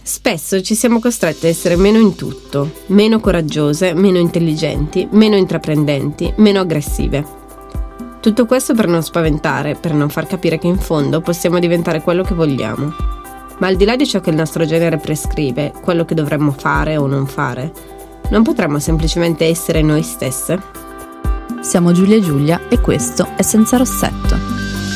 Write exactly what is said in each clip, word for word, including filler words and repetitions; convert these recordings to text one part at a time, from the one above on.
Spesso ci siamo costretti a essere meno in tutto, meno coraggiose, meno intelligenti, meno intraprendenti, meno aggressive. Tutto questo per non spaventare, per non far capire che in fondo possiamo diventare quello che vogliamo. Ma al di là di ciò che il nostro genere prescrive, quello che dovremmo fare o non fare, non potremmo semplicemente essere noi stesse? Siamo Giulia e Giulia e questo è Senza Rossetto.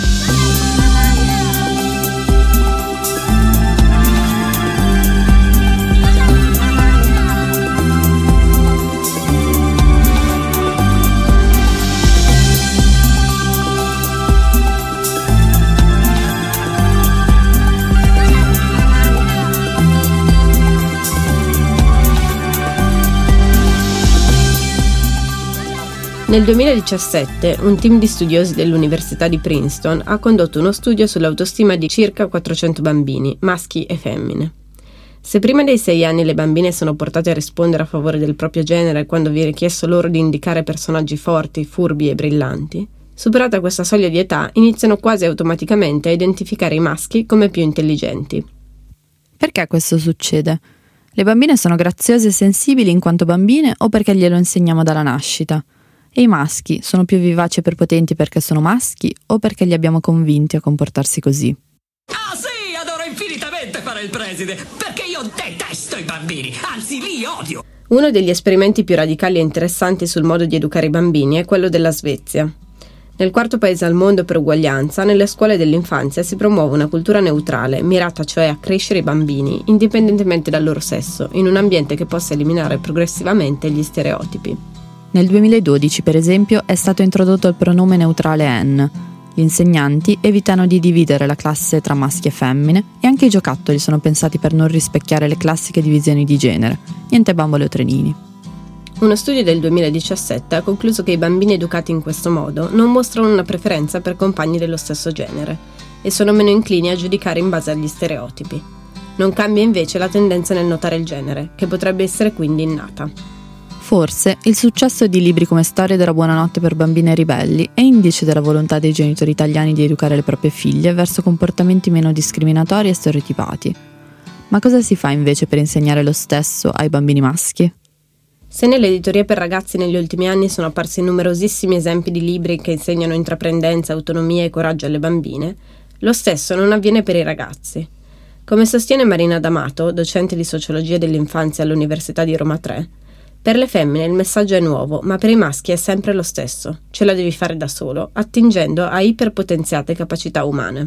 Nel duemiladiciassette un team di studiosi dell'Università di Princeton ha condotto uno studio sull'autostima di circa quattrocento bambini, maschi e femmine. Se prima dei sei anni le bambine sono portate a rispondere a favore del proprio genere quando viene chiesto loro di indicare personaggi forti, furbi e brillanti, superata questa soglia di età iniziano quasi automaticamente a identificare i maschi come più intelligenti. Perché questo succede? Le bambine sono graziose e sensibili in quanto bambine o perché glielo insegniamo dalla nascita? E i maschi sono più vivaci e prepotenti perché sono maschi o perché li abbiamo convinti a comportarsi così? Ah sì, adoro infinitamente fare il preside, perché io detesto i bambini, anzi li odio. Uno degli esperimenti più radicali e interessanti sul modo di educare i bambini è quello della Svezia. Nel quarto paese al mondo per uguaglianza, nelle scuole dell'infanzia si promuove una cultura neutrale, mirata cioè a crescere i bambini, indipendentemente dal loro sesso, in un ambiente che possa eliminare progressivamente gli stereotipi. Nel duemiladodici, per esempio, è stato introdotto il pronome neutrale N. Gli insegnanti evitano di dividere la classe tra maschi e femmine e anche i giocattoli sono pensati per non rispecchiare le classiche divisioni di genere. Niente bambole o trenini. Uno studio del duemiladiciassette ha concluso che i bambini educati in questo modo non mostrano una preferenza per compagni dello stesso genere e sono meno inclini a giudicare in base agli stereotipi. Non cambia invece la tendenza nel notare il genere, che potrebbe essere quindi innata. Forse il successo di libri come Storie della buonanotte per bambine ribelli è indice della volontà dei genitori italiani di educare le proprie figlie verso comportamenti meno discriminatori e stereotipati. Ma cosa si fa invece per insegnare lo stesso ai bambini maschi? Se nelle editorie per ragazzi negli ultimi anni sono apparsi numerosissimi esempi di libri che insegnano intraprendenza, autonomia e coraggio alle bambine, lo stesso non avviene per i ragazzi. Come sostiene Marina D'Amato, docente di sociologia dell'infanzia all'Università di Roma tre, per le femmine il messaggio è nuovo, ma per i maschi è sempre lo stesso. Ce la devi fare da solo, attingendo a iperpotenziate capacità umane.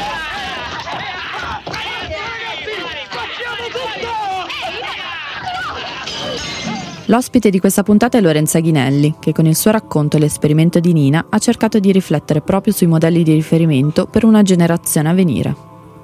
L'ospite di questa puntata è Lorenza Ghinelli, che con il suo racconto L'esperimento di Nina ha cercato di riflettere proprio sui modelli di riferimento per una generazione a venire.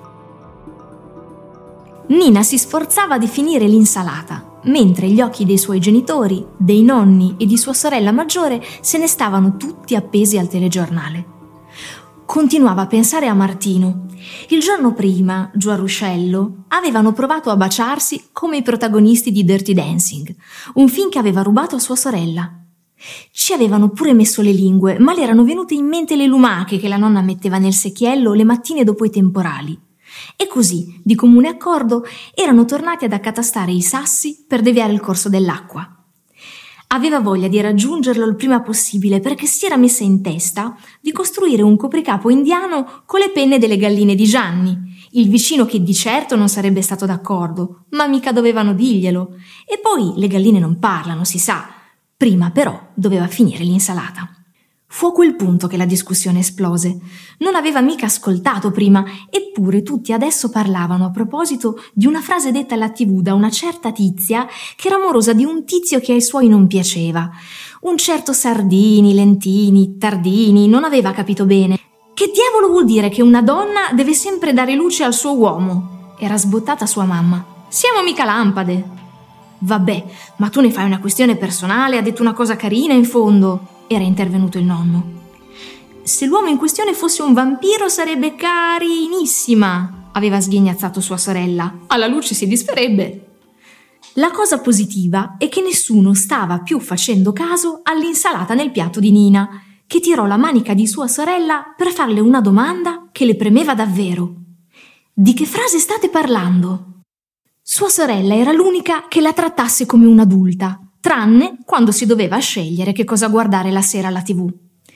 Nina si sforzava di finire l'insalata, mentre gli occhi dei suoi genitori, dei nonni e di sua sorella maggiore se ne stavano tutti appesi al telegiornale. Continuava a pensare a Martino. Il giorno prima, giù a Ruscello, avevano provato a baciarsi come i protagonisti di Dirty Dancing, un film che aveva rubato a sua sorella. Ci avevano pure messo le lingue, ma le erano venute in mente le lumache che la nonna metteva nel secchiello le mattine dopo i temporali. E così, di comune accordo, erano tornati ad accatastare i sassi per deviare il corso dell'acqua. Aveva voglia di raggiungerlo il prima possibile perché si era messa in testa di costruire un copricapo indiano con le penne delle galline di Gianni, il vicino che di certo non sarebbe stato d'accordo, ma mica dovevano dirglielo. E poi le galline non parlano, si sa. Prima però doveva finire l'insalata. Fu a quel punto che la discussione esplose. Non aveva mica ascoltato prima, eppure tutti adesso parlavano a proposito di una frase detta alla tivù da una certa tizia che era amorosa di un tizio che ai suoi non piaceva. Un certo Sardini, Lentini, Tardini non aveva capito bene. Che diavolo vuol dire che una donna deve sempre dare luce al suo uomo? Era sbottata sua mamma. Siamo mica lampade. Vabbè, ma tu ne fai una questione personale, ha detto una cosa carina in fondo. Era intervenuto il nonno. Se l'uomo in questione fosse un vampiro sarebbe carinissima, aveva sghignazzato sua sorella. Alla luce si disferebbe. La cosa positiva è che nessuno stava più facendo caso all'insalata nel piatto di Nina, che tirò la manica di sua sorella per farle una domanda che le premeva davvero. Di che frase state parlando? Sua sorella era l'unica che la trattasse come un'adulta, tranne quando si doveva scegliere che cosa guardare la sera alla tivù.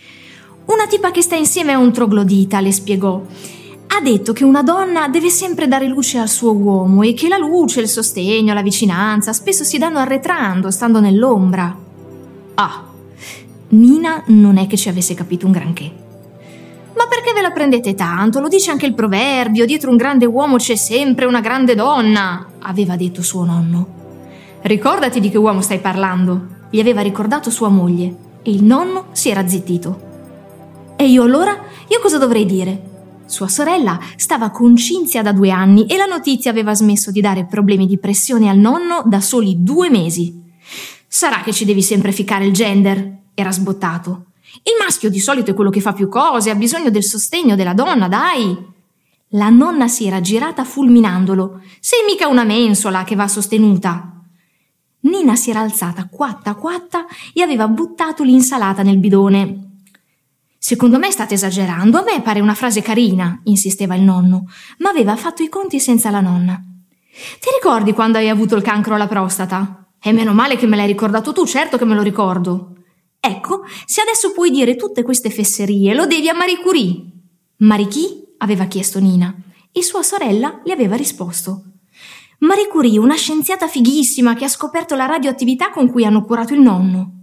Una tipa che sta insieme a un troglodita, le spiegò. Ha detto che una donna deve sempre dare luce al suo uomo e che la luce, il sostegno, la vicinanza spesso si danno arretrando, stando nell'ombra. Ah, Nina non è che ci avesse capito un granché. Ma perché ve la prendete tanto? Lo dice anche il proverbio, dietro un grande uomo c'è sempre una grande donna, aveva detto suo nonno. Ricordati di che uomo stai parlando, gli aveva ricordato sua moglie, e il nonno si era zittito. E io allora? Io cosa dovrei dire? Sua sorella stava con Cinzia da due anni e la notizia aveva smesso di dare problemi di pressione al nonno da soli due mesi. Sarà che ci devi sempre ficcare il gender, era sbottato. Il maschio di solito è quello che fa più cose, ha bisogno del sostegno della donna, dai! La nonna si era girata fulminandolo. Sei mica una mensola che va sostenuta. Nina si era alzata quatta quatta e aveva buttato l'insalata nel bidone. Secondo me state esagerando, a me pare una frase carina, insisteva il nonno, ma aveva fatto i conti senza la nonna. Ti ricordi quando hai avuto il cancro alla prostata? E meno male che me l'hai ricordato tu, certo che me lo ricordo. Ecco, se adesso puoi dire tutte queste fesserie, lo devi a Marie Curie. Marie chi? Aveva chiesto Nina, e sua sorella le aveva risposto. Marie Curie, una scienziata fighissima che ha scoperto la radioattività con cui hanno curato il nonno.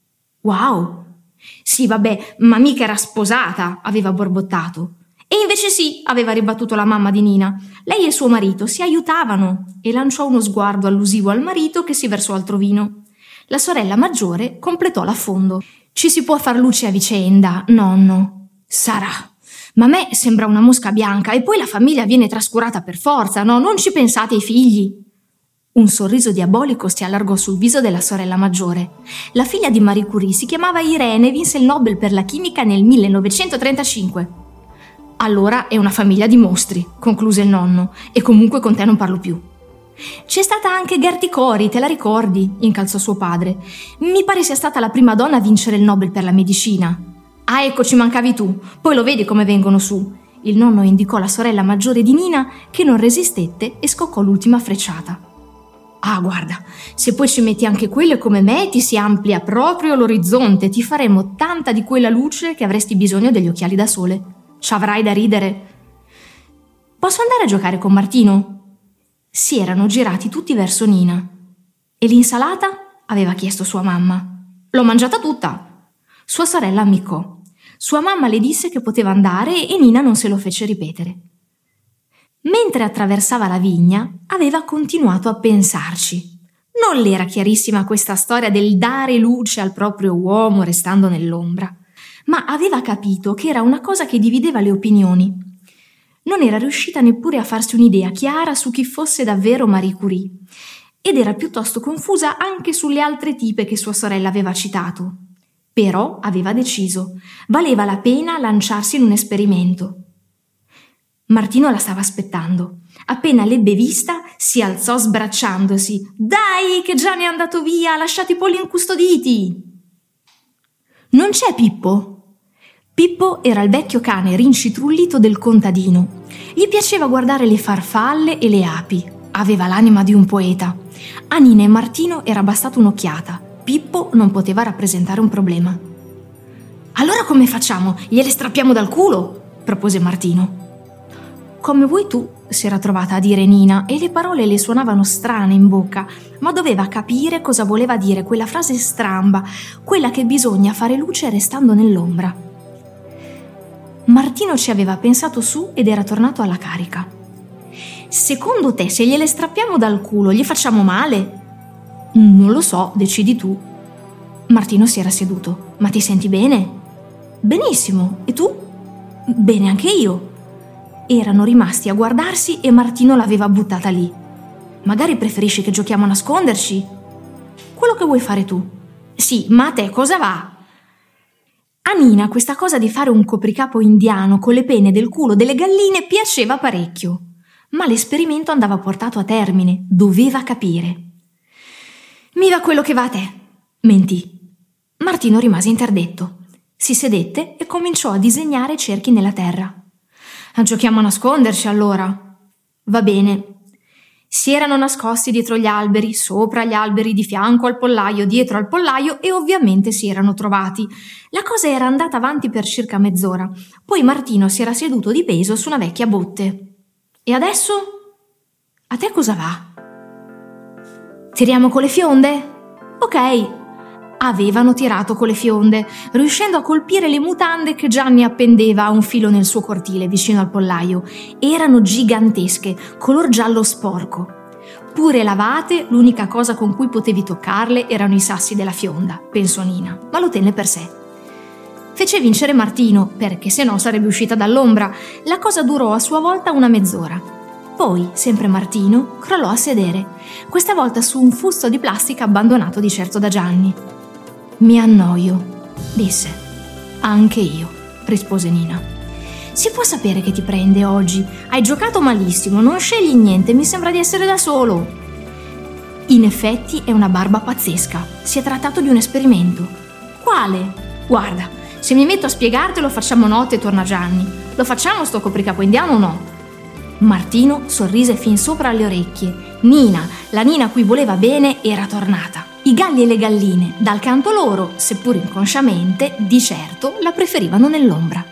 Wow! Sì, vabbè, ma mica era sposata, aveva borbottato. E invece sì, aveva ribattuto la mamma di Nina. Lei e suo marito si aiutavano, e lanciò uno sguardo allusivo al marito che si versò altro vino. La sorella maggiore completò l'affondo. Ci si può far luce a vicenda, nonno. Sarà. Ma a me sembra una mosca bianca e poi la famiglia viene trascurata per forza, no? Non ci pensate ai figli. Un sorriso diabolico si allargò sul viso della sorella maggiore. La figlia di Marie Curie si chiamava Irene e vinse il Nobel per la chimica nel millenovecentotrentacinque. Allora è una famiglia di mostri, concluse il nonno, e comunque con te non parlo più. C'è stata anche Gertie Cori, te la ricordi? Incalzò suo padre. Mi pare sia stata la prima donna a vincere il Nobel per la medicina. Ah, ecco, ci mancavi tu. Poi lo vedi come vengono su. Il nonno indicò la sorella maggiore di Nina, che non resistette e scoccò l'ultima frecciata. Ah, guarda, se poi ci metti anche quelle come me, ti si amplia proprio l'orizzonte, ti faremo tanta di quella luce che avresti bisogno degli occhiali da sole. Ci avrai da ridere. Posso andare a giocare con Martino? Si erano girati tutti verso Nina. E l'insalata? Aveva chiesto sua mamma. L'ho mangiata tutta. Sua sorella ammiccò. Sua mamma le disse che poteva andare e Nina non se lo fece ripetere. Mentre attraversava la vigna, aveva continuato a pensarci. Non le era chiarissima questa storia del dare luce al proprio uomo restando nell'ombra, ma aveva capito che era una cosa che divideva le opinioni. Non era riuscita neppure a farsi un'idea chiara su chi fosse davvero Marie Curie, ed era piuttosto confusa anche sulle altre tipe che sua sorella aveva citato. Però aveva deciso, valeva la pena lanciarsi in un esperimento. Martino la stava aspettando. Appena l'ebbe vista, si alzò sbracciandosi. «Dai, che già ne è andato via! Lasciate i polli incustoditi!» «Non c'è Pippo?» Pippo era il vecchio cane rincitrullito del contadino. Gli piaceva guardare le farfalle e le api. Aveva l'anima di un poeta. A Nina e Martino era bastata un'occhiata. Pippo non poteva rappresentare un problema. «Allora come facciamo? Gliele strappiamo dal culo?» propose Martino. «Come vuoi tu», si era trovata a dire Nina, e le parole le suonavano strane in bocca, ma doveva capire cosa voleva dire quella frase stramba, quella che bisogna fare luce restando nell'ombra. Martino ci aveva pensato su ed era tornato alla carica. «Secondo te, se gliele strappiamo dal culo, gli facciamo male?» «Non lo so, decidi tu». Martino si era seduto. «Ma ti senti bene?» «Benissimo, e tu?» «Bene anche io». Erano rimasti a guardarsi e Martino l'aveva buttata lì. «Magari preferisci che giochiamo a nasconderci?» «Quello che vuoi fare tu». «Sì, ma a te cosa va?» A Nina questa cosa di fare un copricapo indiano con le penne del culo delle galline piaceva parecchio, ma l'esperimento andava portato a termine, doveva capire. «Mi va quello che va a te», mentì. Martino rimase interdetto. Si sedette e cominciò a disegnare cerchi nella terra. «Giochiamo a nasconderci allora?» «Va bene». Si erano nascosti dietro gli alberi, sopra gli alberi, di fianco al pollaio, dietro al pollaio e ovviamente si erano trovati. La cosa era andata avanti per circa mezz'ora. Poi Martino si era seduto di peso su una vecchia botte. E adesso? A te cosa va? Tiriamo con le fionde? Ok. Avevano tirato con le fionde, riuscendo a colpire le mutande che Gianni appendeva a un filo nel suo cortile vicino al pollaio. Erano gigantesche, color giallo sporco. Pure lavate, l'unica cosa con cui potevi toccarle erano i sassi della fionda, pensò Nina, ma lo tenne per sé. Fece vincere Martino, perché se no sarebbe uscita dall'ombra. La cosa durò a sua volta una mezz'ora. Poi, sempre Martino, crollò a sedere, questa volta su un fusto di plastica abbandonato di certo da Gianni. Mi annoio, disse. Anche io, rispose Nina. Si può sapere che ti prende oggi? Hai giocato malissimo, non scegli niente, mi sembra di essere da solo. In effetti è una barba pazzesca, si è trattato di un esperimento. Quale? Guarda, se mi metto a spiegartelo facciamo notte e torna Gianni. Lo facciamo sto copricapo indiano o no? Martino sorrise fin sopra le orecchie. Nina, la Nina a cui voleva bene, era tornata. I galli e le galline, dal canto loro, seppur inconsciamente, di certo la preferivano nell'ombra.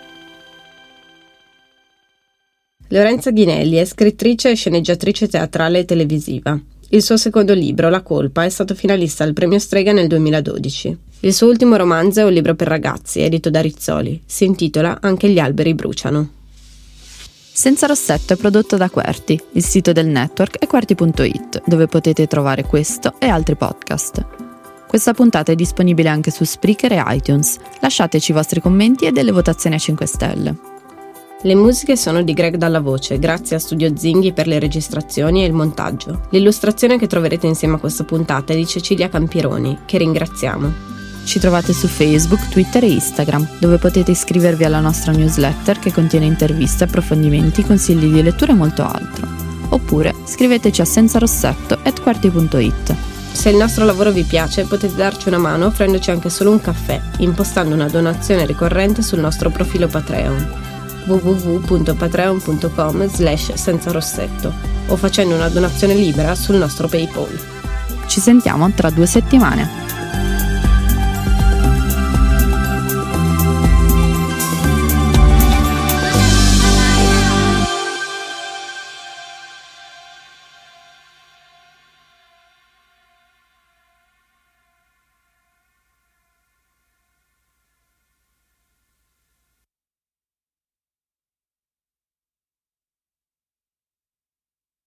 Lorenza Ghinelli è scrittrice e sceneggiatrice teatrale e televisiva. Il suo secondo libro, La colpa, è stato finalista al premio Strega nel duemiladodici. Il suo ultimo romanzo è un libro per ragazzi, edito da Rizzoli. Si intitola Anche gli alberi bruciano. Senza Rossetto è prodotto da Querti, il sito del network è querti punto it, dove potete trovare questo e altri podcast. Questa puntata è disponibile anche su Spreaker e iTunes. Lasciateci i vostri commenti e delle votazioni a cinque stelle. Le musiche sono di Greg Dalla Voce, grazie a Studio Zinghi per le registrazioni e il montaggio. L'illustrazione che troverete insieme a questa puntata è di Cecilia Campironi, che ringraziamo. Ci trovate su Facebook, Twitter e Instagram, dove potete iscrivervi alla nostra newsletter che contiene interviste, approfondimenti, consigli di lettura e molto altro. Oppure scriveteci a senzarossetto chiocciola querti punto it. Se il nostro lavoro vi piace, potete darci una mano offrendoci anche solo un caffè, impostando una donazione ricorrente sul nostro profilo Patreon w w w punto patreon punto com slash senzarossetto o facendo una donazione libera sul nostro PayPal. Ci sentiamo tra due settimane.